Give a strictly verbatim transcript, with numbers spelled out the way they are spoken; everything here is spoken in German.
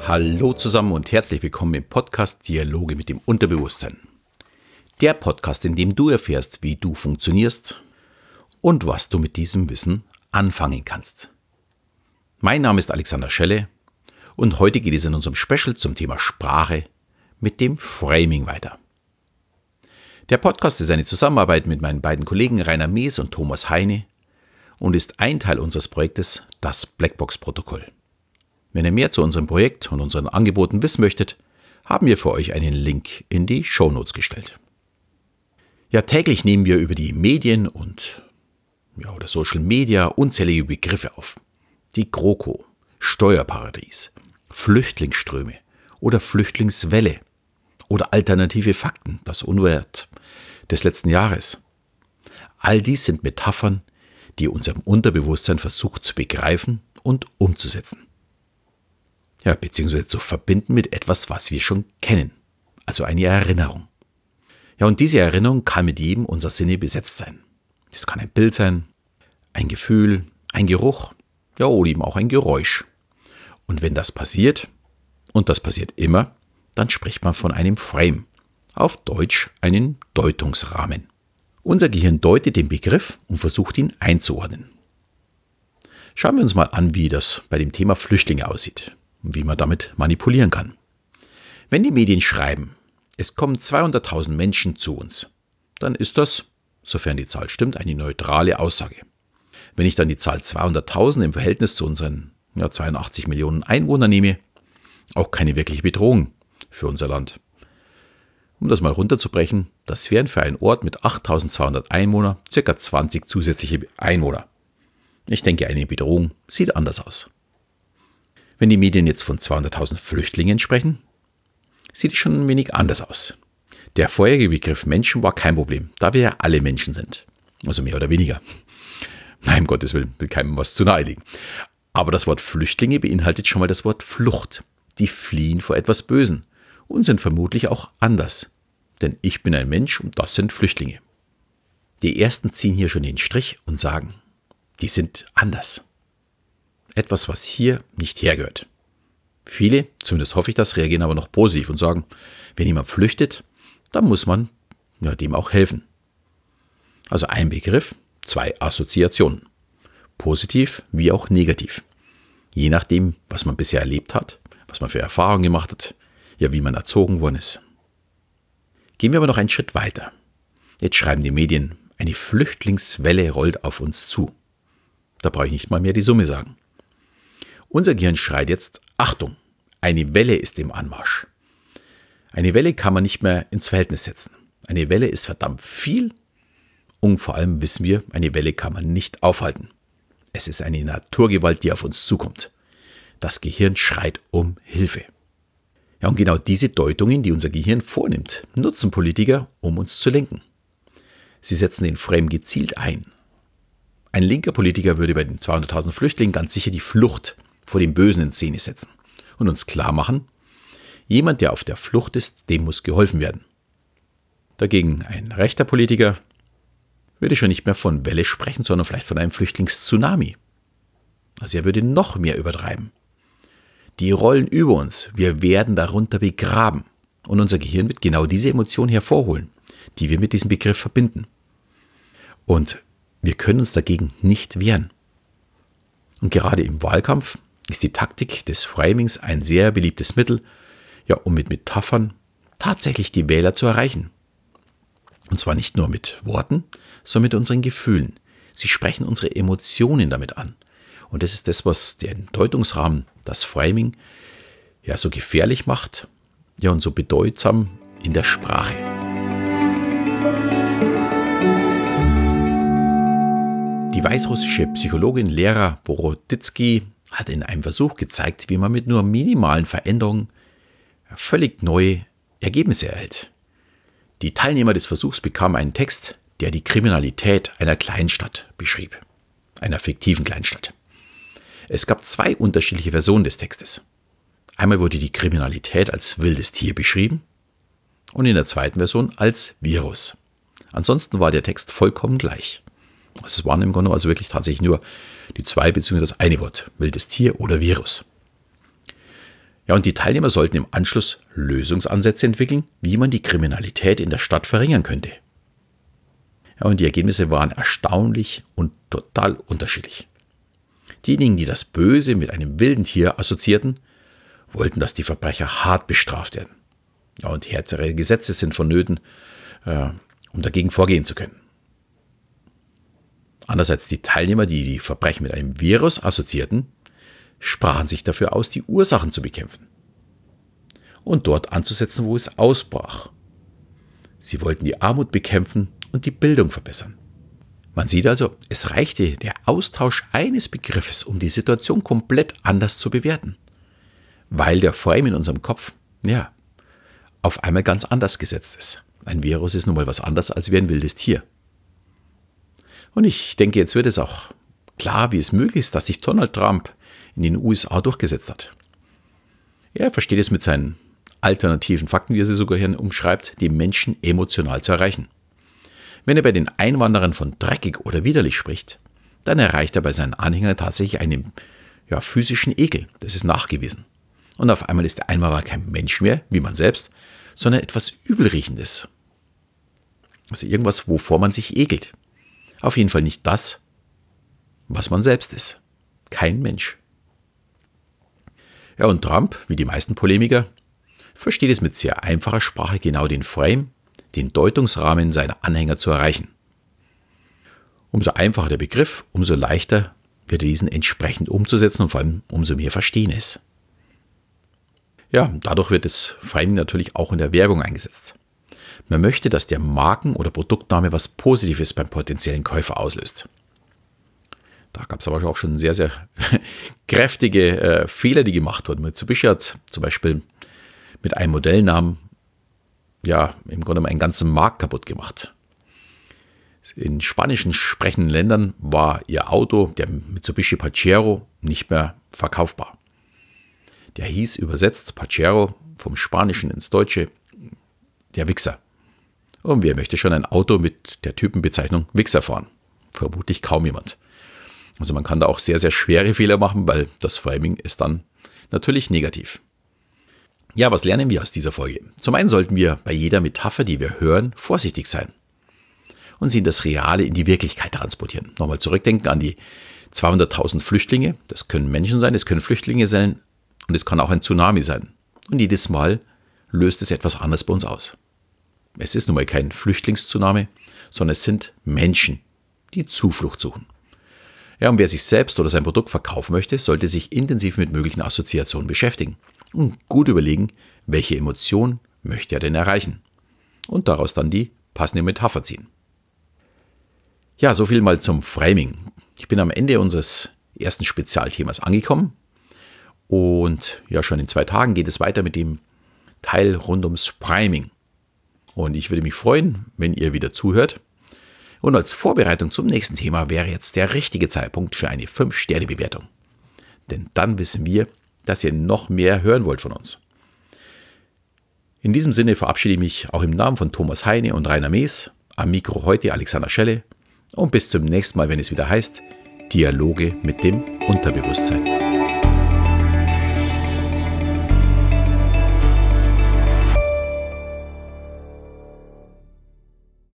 Hallo zusammen und herzlich willkommen im Podcast Dialoge mit dem Unterbewusstsein. Der Podcast, in dem du erfährst, wie du funktionierst und was du mit diesem Wissen anfangen kannst. Mein Name ist Alexander Schelle und heute geht es in unserem Special zum Thema Sprache mit dem Framing weiter. Der Podcast ist eine Zusammenarbeit mit meinen beiden Kollegen Rainer Mees und Thomas Heine und ist ein Teil unseres Projektes, das Blackbox-Protokoll. Wenn ihr mehr zu unserem Projekt und unseren Angeboten wissen möchtet, haben wir für euch einen Link in die Shownotes gestellt. Ja, täglich nehmen wir über die Medien und ja, oder Social Media unzählige Begriffe auf. Die GroKo, Steuerparadies, Flüchtlingsströme oder Flüchtlingswelle oder alternative Fakten, das Unwort des letzten Jahres. All dies sind Metaphern, die unserem Unterbewusstsein versucht zu begreifen und umzusetzen. Ja, beziehungsweise zu verbinden mit etwas, was wir schon kennen, also eine Erinnerung. Ja, und diese Erinnerung kann mit jedem unserer Sinne besetzt sein. Das kann ein Bild sein, ein Gefühl, ein Geruch, ja, oder eben auch ein Geräusch. Und wenn das passiert, und das passiert immer, dann spricht man von einem Frame, auf Deutsch einen Deutungsrahmen. Unser Gehirn deutet den Begriff und versucht ihn einzuordnen. Schauen wir uns mal an, wie das bei dem Thema Flüchtlinge aussieht. Und wie man damit manipulieren kann. Wenn die Medien schreiben, es kommen zweihunderttausend Menschen zu uns, dann ist das, sofern die Zahl stimmt, eine neutrale Aussage. Wenn ich dann die Zahl zweihunderttausend im Verhältnis zu unseren ja, zweiundachtzig Millionen Einwohnern nehme, auch keine wirkliche Bedrohung für unser Land. Um das mal runterzubrechen, das wären für einen Ort mit achttausendzweihundert Einwohnern ca. zwanzig zusätzliche Einwohner. Ich denke, eine Bedrohung sieht anders aus. Wenn die Medien jetzt von zweihunderttausend Flüchtlingen sprechen, sieht es schon ein wenig anders aus. Der vorherige Begriff Menschen war kein Problem, da wir ja alle Menschen sind. Also mehr oder weniger. Nein, um Gottes Willen, will keinem was zu nahe liegen. Aber das Wort Flüchtlinge beinhaltet schon mal das Wort Flucht. Die fliehen vor etwas Bösen und sind vermutlich auch anders. Denn ich bin ein Mensch und das sind Flüchtlinge. Die Ersten ziehen hier schon den Strich und sagen, die sind anders. Etwas, was hier nicht hergehört. Viele, zumindest hoffe ich das, reagieren aber noch positiv und sagen, wenn jemand flüchtet, dann muss man ja, dem auch helfen. Also ein Begriff, zwei Assoziationen. Positiv wie auch negativ. Je nachdem, was man bisher erlebt hat, was man für Erfahrungen gemacht hat, ja, wie man erzogen worden ist. Gehen wir aber noch einen Schritt weiter. Jetzt schreiben die Medien, eine Flüchtlingswelle rollt auf uns zu. Da brauche ich nicht mal mehr die Summe sagen. Unser Gehirn schreit jetzt, Achtung, eine Welle ist im Anmarsch. Eine Welle kann man nicht mehr ins Verhältnis setzen. Eine Welle ist verdammt viel und vor allem wissen wir, eine Welle kann man nicht aufhalten. Es ist eine Naturgewalt, die auf uns zukommt. Das Gehirn schreit um Hilfe. Ja, und genau diese Deutungen, die unser Gehirn vornimmt, nutzen Politiker, um uns zu lenken. Sie setzen den Frame gezielt ein. Ein linker Politiker würde bei den zweihunderttausend Flüchtlingen ganz sicher die Flucht vor dem Bösen in Szene setzen und uns klar machen, jemand, der auf der Flucht ist, dem muss geholfen werden. Dagegen ein rechter Politiker würde schon nicht mehr von Welle sprechen, sondern vielleicht von einem Flüchtlingstsunami. Also er würde noch mehr übertreiben. Die rollen über uns, wir werden darunter begraben und unser Gehirn wird genau diese Emotion hervorholen, die wir mit diesem Begriff verbinden. Und wir können uns dagegen nicht wehren. Und gerade im Wahlkampf ist die Taktik des Framings ein sehr beliebtes Mittel, ja, um mit Metaphern tatsächlich die Wähler zu erreichen. Und zwar nicht nur mit Worten, sondern mit unseren Gefühlen. Sie sprechen unsere Emotionen damit an. Und das ist das, was den Deutungsrahmen, das Framing, ja, so gefährlich macht, ja, und so bedeutsam in der Sprache. Die weißrussische Psychologin Lera Boroditsky hat in einem Versuch gezeigt, wie man mit nur minimalen Veränderungen völlig neue Ergebnisse erhält. Die Teilnehmer des Versuchs bekamen einen Text, der die Kriminalität einer Kleinstadt beschrieb, einer fiktiven Kleinstadt. Es gab zwei unterschiedliche Versionen des Textes. Einmal wurde die Kriminalität als wildes Tier beschrieben und in der zweiten Version als Virus. Ansonsten war der Text vollkommen gleich. Es waren im Grunde also wirklich tatsächlich nur die zwei bzw. das eine Wort, wildes Tier oder Virus. Ja, und die Teilnehmer sollten im Anschluss Lösungsansätze entwickeln, wie man die Kriminalität in der Stadt verringern könnte. Ja, und die Ergebnisse waren erstaunlich und total unterschiedlich. Diejenigen, die das Böse mit einem wilden Tier assoziierten, wollten, dass die Verbrecher hart bestraft werden. Ja, und härtere Gesetze sind vonnöten, äh, um dagegen vorgehen zu können. Andererseits die Teilnehmer, die die Verbrechen mit einem Virus assoziierten, sprachen sich dafür aus, die Ursachen zu bekämpfen und dort anzusetzen, wo es ausbrach. Sie wollten die Armut bekämpfen und die Bildung verbessern. Man sieht also, es reichte der Austausch eines Begriffes, um die Situation komplett anders zu bewerten, weil der Frame in unserem Kopf, ja, auf einmal ganz anders gesetzt ist. Ein Virus ist nun mal was anderes als wie ein wildes Tier. Und ich denke, jetzt wird es auch klar, wie es möglich ist, dass sich Donald Trump in den U S A durchgesetzt hat. Er versteht es mit seinen alternativen Fakten, wie er sie sogar hier umschreibt, die Menschen emotional zu erreichen. Wenn er bei den Einwanderern von dreckig oder widerlich spricht, dann erreicht er bei seinen Anhängern tatsächlich einen ja, physischen Ekel. Das ist nachgewiesen. Und auf einmal ist der Einwanderer kein Mensch mehr, wie man selbst, sondern etwas Übelriechendes. Also irgendwas, wovor man sich ekelt. Auf jeden Fall nicht das, was man selbst ist. Kein Mensch. Ja, und Trump, wie die meisten Polemiker, versteht es mit sehr einfacher Sprache genau den Frame, den Deutungsrahmen seiner Anhänger zu erreichen. Umso einfacher der Begriff, umso leichter wird er diesen entsprechend umzusetzen und vor allem umso mehr verstehen es. Ja, dadurch wird das Framing natürlich auch in der Werbung eingesetzt. Man möchte, dass der Marken- oder Produktname was Positives beim potenziellen Käufer auslöst. Da gab es aber auch schon sehr, sehr kräftige äh, Fehler, die gemacht wurden. Mitsubishi hat zum Beispiel mit einem Modellnamen ja im Grunde einen ganzen Markt kaputt gemacht. In spanischen sprechenden Ländern war ihr Auto, der Mitsubishi Pajero, nicht mehr verkaufbar. Der hieß übersetzt Pajero vom Spanischen ins Deutsche der Wichser. Und wer möchte schon ein Auto mit der Typenbezeichnung Wichser fahren? Vermutlich kaum jemand. Also man kann da auch sehr, sehr schwere Fehler machen, weil das Framing ist dann natürlich negativ. Ja, was lernen wir aus dieser Folge? Zum einen sollten wir bei jeder Metapher, die wir hören, vorsichtig sein und sie in das Reale, in die Wirklichkeit transportieren. Nochmal zurückdenken an die zweihunderttausend Flüchtlinge. Das können Menschen sein, das können Flüchtlinge sein und es kann auch ein Tsunami sein. Und jedes Mal löst es etwas anderes bei uns aus. Es ist nun mal kein Flüchtlingstsunami, sondern es sind Menschen, die Zuflucht suchen. Ja, und wer sich selbst oder sein Produkt verkaufen möchte, sollte sich intensiv mit möglichen Assoziationen beschäftigen und gut überlegen, welche Emotion möchte er denn erreichen und daraus dann die passende Metapher ziehen. Ja, so viel mal zum Framing. Ich bin am Ende unseres ersten Spezialthemas angekommen und ja, schon in zwei Tagen geht es weiter mit dem Teil rund ums Priming. Und ich würde mich freuen, wenn ihr wieder zuhört. Und als Vorbereitung zum nächsten Thema wäre jetzt der richtige Zeitpunkt für eine fünf Sterne Bewertung. Denn dann wissen wir, dass ihr noch mehr hören wollt von uns. In diesem Sinne verabschiede ich mich auch im Namen von Thomas Heine und Rainer Mees, am Mikro heute Alexander Schelle und bis zum nächsten Mal, wenn es wieder heißt, Dialoge mit dem Unterbewusstsein.